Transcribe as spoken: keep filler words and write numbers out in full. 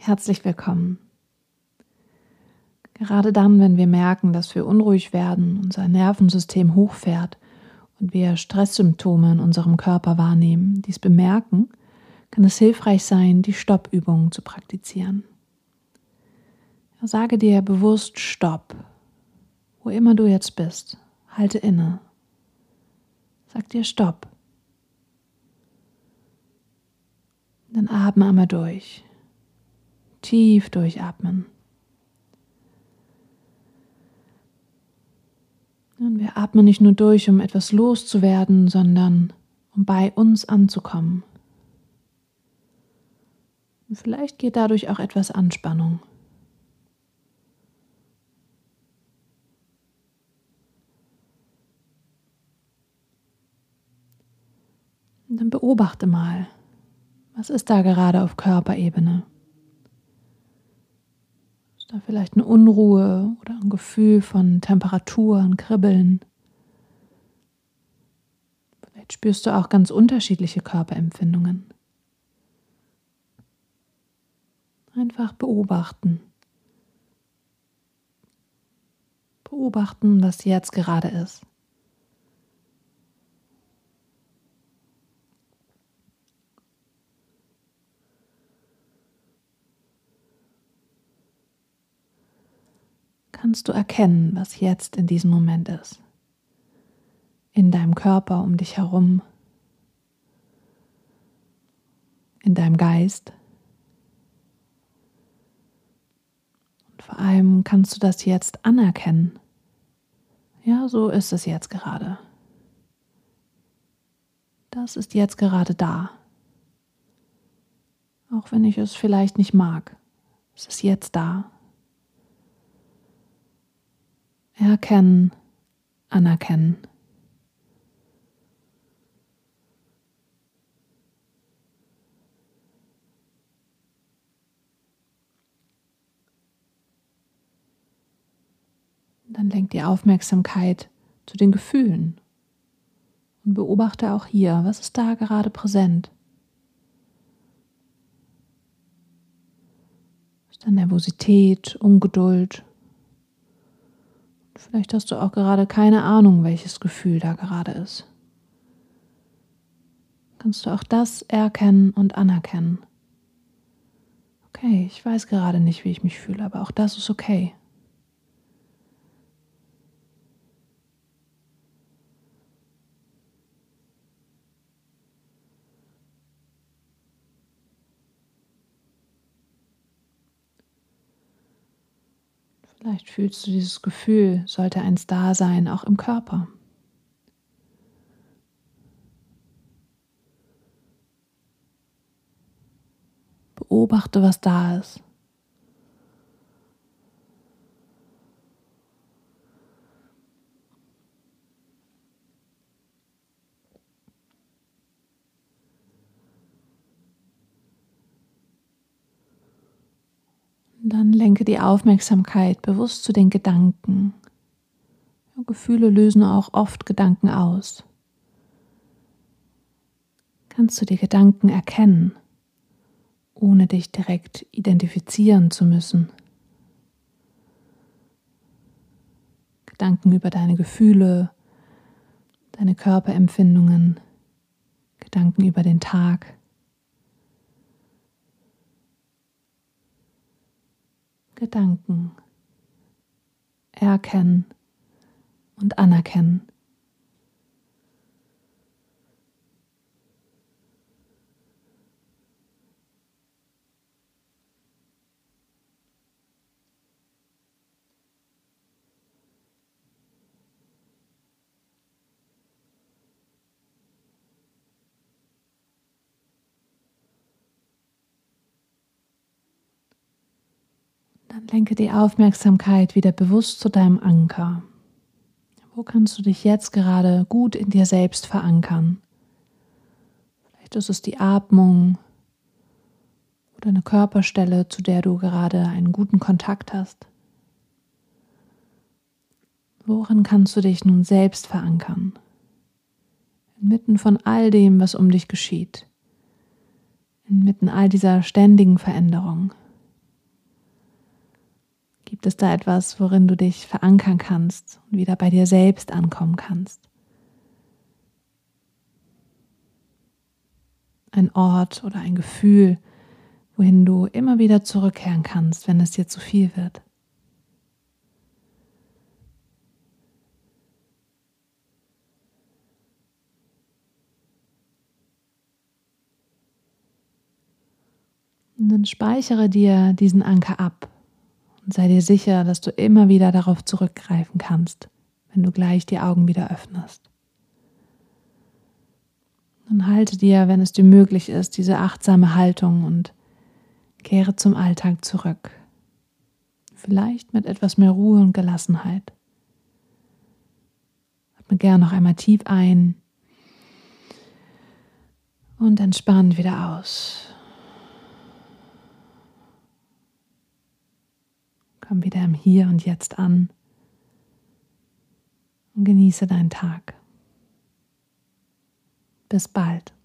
Herzlich willkommen. Gerade dann, wenn wir merken, dass wir unruhig werden, unser Nervensystem hochfährt und wir Stresssymptome in unserem Körper wahrnehmen, dies bemerken, kann es hilfreich sein, die Stoppübungen zu praktizieren. Ja, sage dir bewusst Stopp, wo immer du jetzt bist, halte inne. Sag dir Stopp. Dann atme einmal durch. Tief durchatmen. Und wir atmen nicht nur durch, um etwas loszuwerden, sondern um bei uns anzukommen. Und vielleicht geht dadurch auch etwas Anspannung. Und dann beobachte mal, was ist da gerade auf Körperebene? Ist da vielleicht eine Unruhe oder ein Gefühl von Temperatur, ein Kribbeln? Vielleicht spürst du auch ganz unterschiedliche Körperempfindungen. Einfach beobachten. Beobachten, was jetzt gerade ist. Kannst du erkennen, was jetzt in diesem Moment ist? In deinem Körper um dich herum, in deinem Geist. Und vor allem kannst du das jetzt anerkennen. Ja, so ist es jetzt gerade. Das ist jetzt gerade da. Auch wenn ich es vielleicht nicht mag, es ist jetzt da. Erkennen, anerkennen. Dann lenk die Aufmerksamkeit zu den Gefühlen und beobachte auch hier, was ist da gerade präsent. Ist da Nervosität, Ungeduld? Vielleicht hast du auch gerade keine Ahnung, welches Gefühl da gerade ist. Kannst du auch das erkennen und anerkennen? Okay, ich weiß gerade nicht, wie ich mich fühle, aber auch das ist okay. Vielleicht fühlst du dieses Gefühl, sollte eins da sein, auch im Körper. Beobachte, was da ist. Dann lenke die Aufmerksamkeit bewusst zu den Gedanken. Ja, Gefühle lösen auch oft Gedanken aus. Kannst du die Gedanken erkennen, ohne dich direkt identifizieren zu müssen? Gedanken über deine Gefühle, deine Körperempfindungen, Gedanken über den Tag. Gedanken erkennen und anerkennen. Dann lenke die Aufmerksamkeit wieder bewusst zu deinem Anker. Wo kannst du dich jetzt gerade gut in dir selbst verankern? Vielleicht ist es die Atmung oder eine Körperstelle, zu der du gerade einen guten Kontakt hast. Worin kannst du dich nun selbst verankern? Inmitten von all dem, was um dich geschieht. Inmitten all dieser ständigen Veränderung. Gibt es da etwas, worin du dich verankern kannst und wieder bei dir selbst ankommen kannst? Ein Ort oder ein Gefühl, wohin du immer wieder zurückkehren kannst, wenn es dir zu viel wird. Und dann speichere dir diesen Anker ab und sei dir sicher, dass du immer wieder darauf zurückgreifen kannst, wenn du gleich die Augen wieder öffnest. Dann halte dir, wenn es dir möglich ist, diese achtsame Haltung und kehre zum Alltag zurück. Vielleicht mit etwas mehr Ruhe und Gelassenheit. Atme gerne noch einmal tief ein und entspann wieder aus. Komm wieder im Hier und Jetzt an und genieße deinen Tag. Bis bald.